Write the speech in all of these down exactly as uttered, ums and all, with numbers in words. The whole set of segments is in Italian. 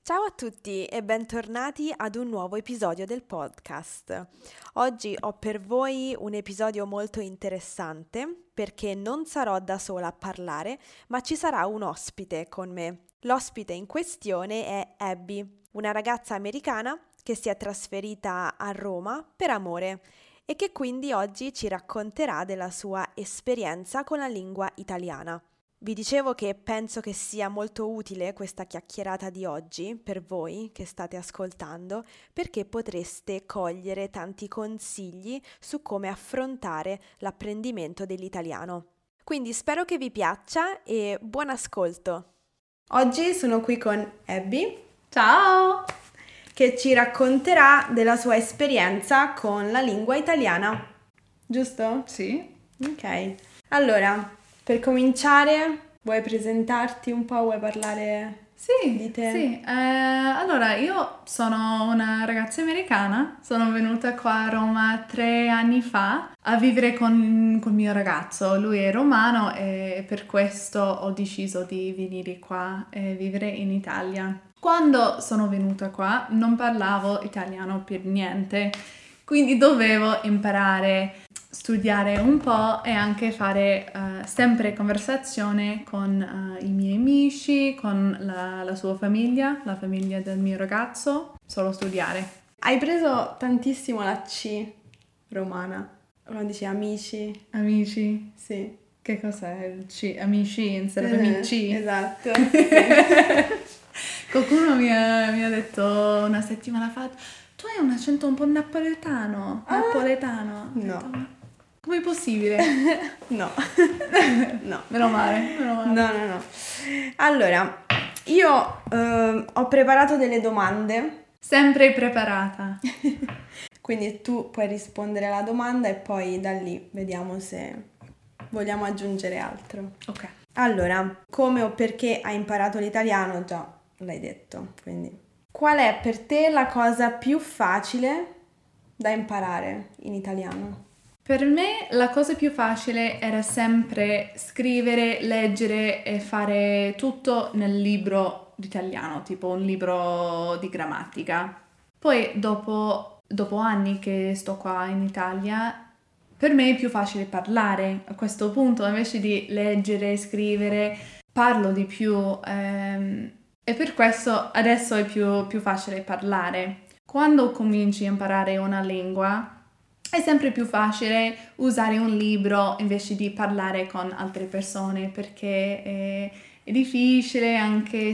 Ciao a tutti e bentornati ad un nuovo episodio del podcast. Oggi ho per voi un episodio molto interessante perché non sarò da sola a parlare, ma ci sarà un ospite con me. L'ospite in questione è Abby, una ragazza americana che si è trasferita a Roma per amore e che quindi oggi ci racconterà della sua esperienza con la lingua italiana. Vi dicevo che penso che sia molto utile questa chiacchierata di oggi per voi che state ascoltando, perché potreste cogliere tanti consigli su come affrontare l'apprendimento dell'italiano. Quindi spero che vi piaccia e buon ascolto! Oggi sono qui con Abby. Ciao! Che ci racconterà della sua esperienza con la lingua italiana. Giusto? Sì. Ok. Allora, per cominciare, vuoi presentarti un po'? Vuoi parlare Sì, di te? sì. Eh, allora, io sono una ragazza americana, sono venuta qua a Roma tre anni fa a vivere con il mio ragazzo. Lui è romano e per questo ho deciso di venire qua e vivere in Italia. Quando sono venuta qua non parlavo italiano per niente, quindi dovevo imparare, studiare un po' e anche fare uh, sempre conversazione con uh, i miei amici, con la, la sua famiglia, la famiglia del mio ragazzo, solo studiare. Hai preso tantissimo la C romana, quando dici amici. Amici? Sì. Che cos'è il C? Amici instead of Eh, amici? Esatto. Sì. Qualcuno mi ha, mi ha detto una settimana fa, tu hai un accento un po' napoletano, Ah, napoletano. Ho no. detto, "Ma com'è possibile?" No. No. Meno male, meno male. No, no, no. Allora, io eh, ho preparato delle domande. Sempre preparata. Quindi tu puoi rispondere alla domanda e poi da lì vediamo se vogliamo aggiungere altro. Ok. Allora, come o perché hai imparato l'italiano? Già l'hai detto, quindi. Qual è per te la cosa più facile da imparare in italiano? Per me la cosa più facile era sempre scrivere, leggere e fare tutto nel libro d'italiano, tipo un libro di grammatica. Poi dopo, dopo anni che sto qua in Italia, per me è più facile parlare. A questo punto, invece di leggere e scrivere, parlo di più ehm, e per questo adesso è più, più facile parlare. Quando cominci a imparare una lingua, è sempre più facile usare un libro invece di parlare con altre persone perché è, è difficile, anche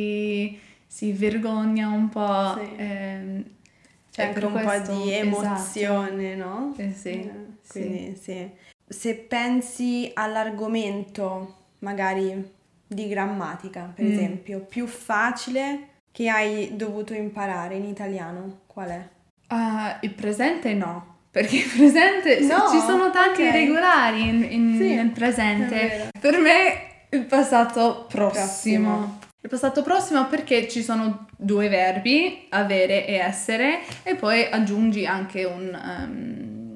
si, si vergogna un po'. Sì. ehm, C'è e anche per un questo- po' di emozione, esatto. no? Eh sì, Eh, sì. quindi sì. Se pensi all'argomento magari di grammatica, per Mm. esempio, più facile che hai dovuto imparare in italiano, qual è? Ah, il presente no, perché il presente No? ci sono tanti Ok. irregolari in- in- Sì, nel è presente. vero. Per me il passato prossimo. Prossimo. Il passato prossimo perché ci sono due verbi, avere e essere, e poi aggiungi anche un um,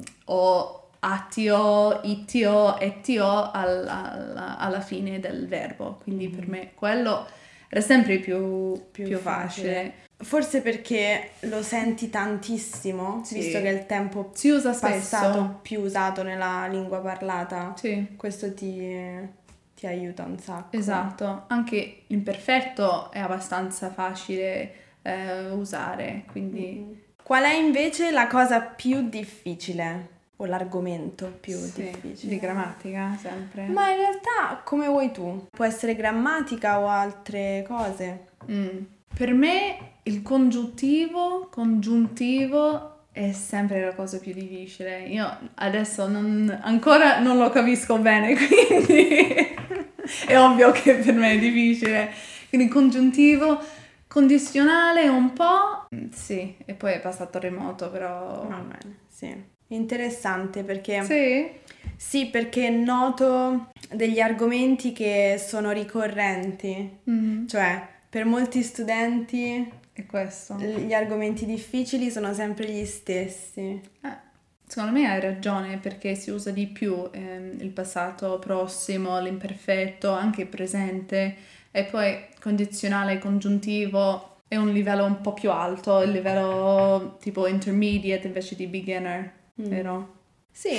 o attio, ittio, ettio al- al- alla fine del verbo. Quindi per me quello era sempre più, Più più facile. facile. Forse perché lo senti tantissimo, Sì. visto che è il tempo Si usa passato spesso. più usato nella lingua parlata. Sì, Questo ti, ti aiuta un sacco. esatto. Anche l'imperfetto è abbastanza facile eh, usare, quindi Mm. Qual è invece la cosa più difficile? O l'argomento più sì, difficile? di grammatica sempre. Ma in realtà come vuoi tu? Può essere grammatica o altre cose. Mm. Per me il congiuntivo, congiuntivo è sempre la cosa più difficile. Io adesso non, ancora non lo capisco bene, quindi è ovvio che per me è difficile. Quindi congiuntivo, condizionale un po', mm, sì, e poi è passato remoto, però... Va bene, sì. Interessante perché... Sì? Sì, perché noto degli argomenti che sono ricorrenti. Mm. Cioè, per molti studenti È questo. gli argomenti difficili sono sempre gli stessi. Eh, secondo me hai ragione perché si usa di più ehm, il passato prossimo, l'imperfetto, anche il presente e poi condizionale, congiuntivo è un livello un po' più alto, il livello tipo intermediate invece di beginner, Mm. vero? Sì.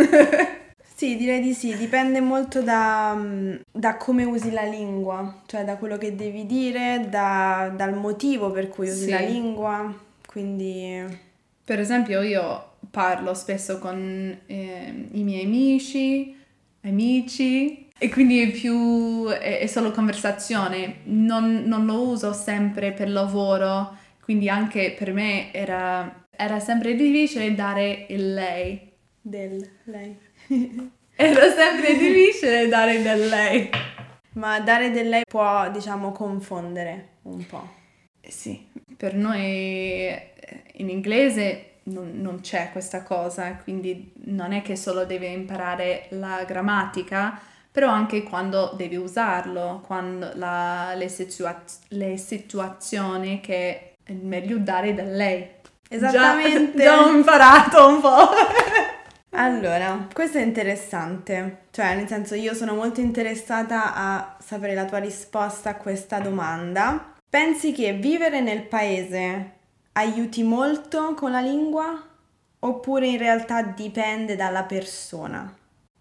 Sì, direi di sì, dipende molto da, da come usi la lingua, cioè da quello che devi dire, da- dal motivo per cui usi Sì. la lingua, quindi Per esempio io parlo spesso con eh, i miei amici, amici, e quindi è più, è, è solo conversazione, non, non lo uso sempre per lavoro, quindi anche per me era, era sempre difficile dare il lei. del lei. Era sempre difficile dare del lei. Ma dare del lei può, diciamo, confondere un po'. Sì, per noi eh, in inglese non, non c'è questa cosa, quindi non è che solo devi imparare la grammatica, però anche quando devi usarlo, quando la- le, situa- le situazioni che è meglio dare da lei. Esattamente. Già, già ho imparato un po'. Allora, questo è interessante, cioè nel senso io sono molto interessata a sapere la tua risposta a questa domanda. Pensi che vivere nel paese aiuti molto con la lingua oppure in realtà dipende dalla persona?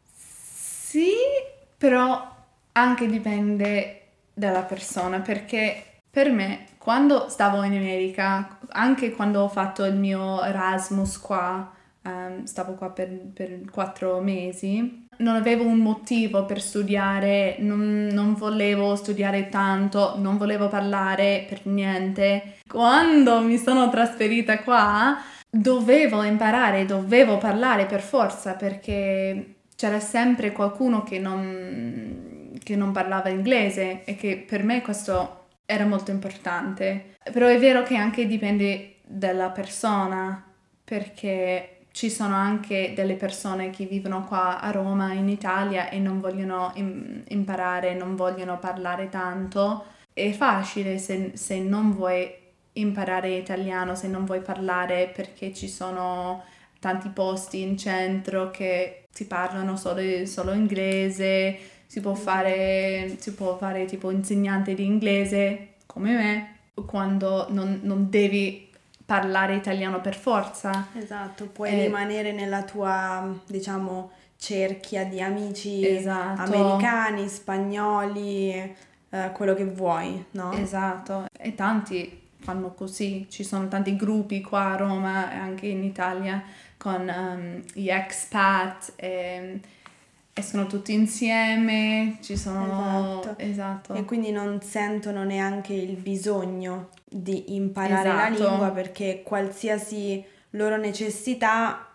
Sì, però anche dipende dalla persona, perché per me, quando stavo in America, anche quando ho fatto il mio Erasmus qua, ehm, stavo qua per, per quattro mesi, non avevo un motivo per studiare, non, non volevo studiare tanto, non volevo parlare per niente. Quando mi sono trasferita qua, dovevo imparare, dovevo parlare per forza, perché c'era sempre qualcuno che non, che non parlava inglese e che per me questo era molto importante. Però è vero che anche dipende dalla persona, perché ci sono anche delle persone che vivono qua a Roma, in Italia, e non vogliono im- imparare, non vogliono parlare tanto. È facile se, se non vuoi imparare italiano, se non vuoi parlare, perché ci sono tanti posti in centro che si parlano solo, solo inglese, si può fare, si può fare tipo insegnante di inglese come me, quando non, non devi parlare italiano per forza. Esatto, puoi Eh, rimanere nella tua, diciamo, cerchia di amici Esatto. americani, spagnoli, eh, quello che vuoi, no? Esatto, e tanti fanno così, ci sono tanti gruppi qua a Roma e anche in Italia con ehm, gli expat, e escono tutti insieme, ci sono... Esatto. Esatto. E quindi non sentono neanche il bisogno di imparare la Esatto. lingua perché qualsiasi loro necessità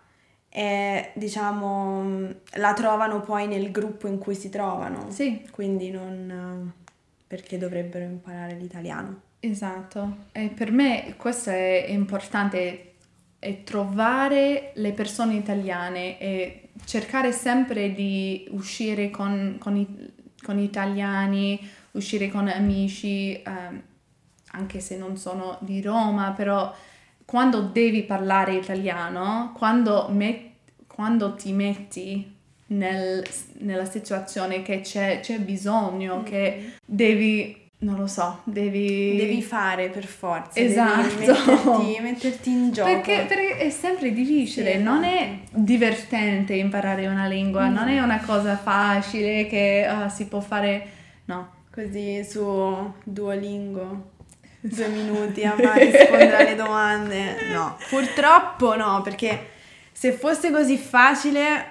è, diciamo, la trovano poi nel gruppo in cui si trovano. Sì. Quindi non perché dovrebbero imparare l'italiano. Esatto, e per me questo è importante, è trovare le persone italiane e cercare sempre di uscire con, con, i, con italiani, uscire con amici, ehm, anche se non sono di Roma, però quando devi parlare italiano, quando, met- quando ti metti nel- nella situazione che c'è, c'è bisogno, Mm-hmm. che devi... Non lo so, devi... Devi fare per forza, Esatto. devi metterti, metterti in gioco. Perché, perché è sempre difficile, Sì, non esatto. è divertente imparare una lingua, Mm. non è una cosa facile che ah, si può fare, no. Così su Duolingo, due minuti a far rispondere alle domande. No, purtroppo no, perché se fosse così facile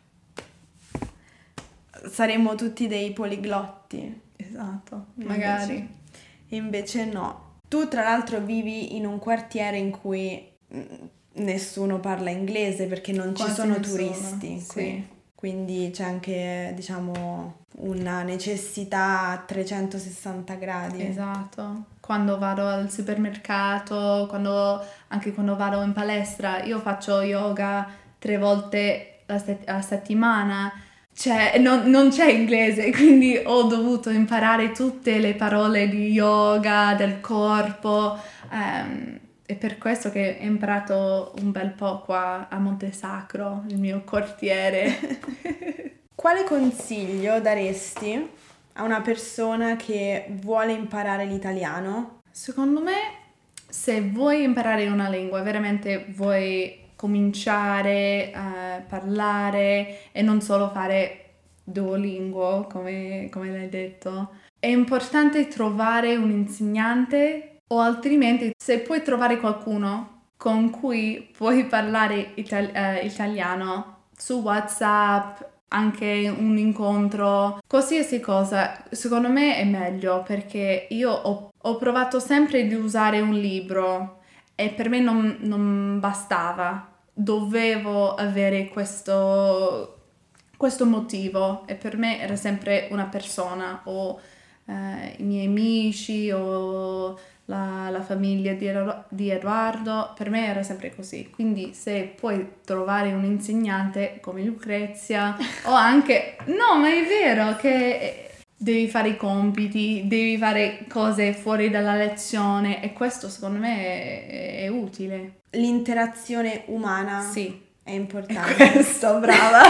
saremmo tutti dei poliglotti. Esatto, Invece- magari. Invece no. Tu tra l'altro vivi in un quartiere in cui mm, nessuno parla inglese perché non ci Quasi sono nessuno, turisti sì. qui. Quindi c'è anche, diciamo, una necessità a trecentosessanta gradi. Esatto, quando vado al supermercato, quando, anche quando vado in palestra, io faccio yoga tre volte a, set- a settimana, cioè non, non c'è inglese, quindi ho dovuto imparare tutte le parole di yoga, del corpo, ehm, è per questo che ho imparato un bel po' qua a Montesacro, il mio quartiere. Quale consiglio daresti a una persona che vuole imparare l'italiano, Secondo me, se vuoi imparare una lingua, veramente vuoi cominciare a parlare e non solo fare Duolingo, come, come l'hai detto, è importante trovare un insegnante o altrimenti se puoi trovare qualcuno con cui puoi parlare itali- eh, italiano su WhatsApp, anche un incontro, qualsiasi cosa, secondo me è meglio perché io ho, ho provato sempre di usare un libro e per me non, non bastava, dovevo avere questo, questo motivo e per me era sempre una persona o eh, i miei amici o la, la famiglia di, Ero- di Edoardo, per me era sempre così. Quindi se puoi trovare un insegnante come Lucrezia o anche... No, ma è vero che devi fare i compiti, devi fare cose fuori dalla lezione e questo secondo me è, è utile. L'interazione umana Sì, è è importante. questo, brava.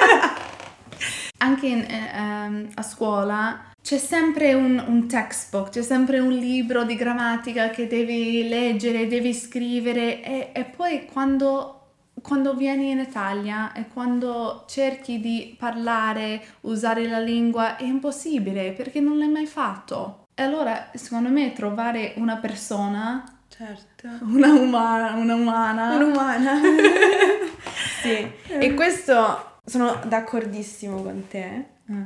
Anche in, eh, ehm, a scuola c'è sempre un, un textbook, c'è sempre un libro di grammatica che devi leggere, devi scrivere e, e poi quando, quando vieni in Italia e quando cerchi di parlare, usare la lingua è impossibile perché non l'hai mai fatto. E allora secondo me trovare una persona, Certo. una umana, una umana, Un'umana. Sì, e questo sono d'accordissimo con te.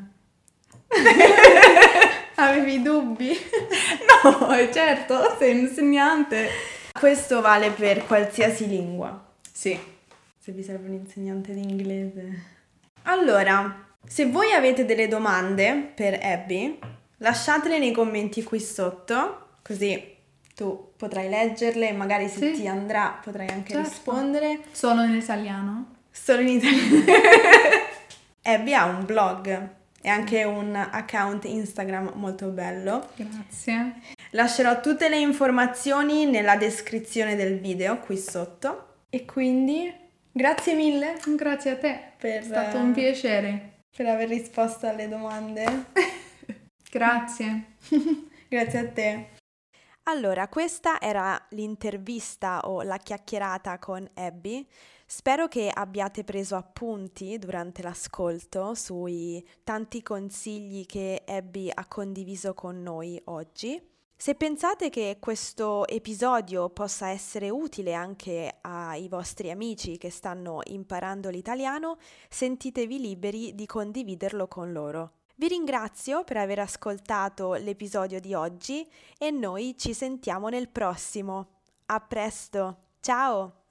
Avevi dubbi? No, certo, sei insegnante. Questo vale per qualsiasi lingua. Sì. Se vi serve un insegnante di inglese. Allora, se voi avete delle domande per Abby, lasciatele nei commenti qui sotto, così tu potrai leggerle e magari se Sì. ti andrà potrai anche Certo. rispondere. Solo in italiano? Solo in italiano. Abby ha un blog e anche un account Instagram molto bello. Grazie. Lascerò tutte le informazioni nella descrizione del video qui sotto. E quindi grazie mille Grazie a te. per, È stato un piacere. per aver risposto alle domande. Grazie. Grazie a te. Allora, questa era l'intervista o la chiacchierata con Abby. Spero che abbiate preso appunti durante l'ascolto sui tanti consigli che Abby ha condiviso con noi oggi. Se pensate che questo episodio possa essere utile anche ai vostri amici che stanno imparando l'italiano, sentitevi liberi di condividerlo con loro. Vi ringrazio per aver ascoltato l'episodio di oggi e noi ci sentiamo nel prossimo. A presto, ciao!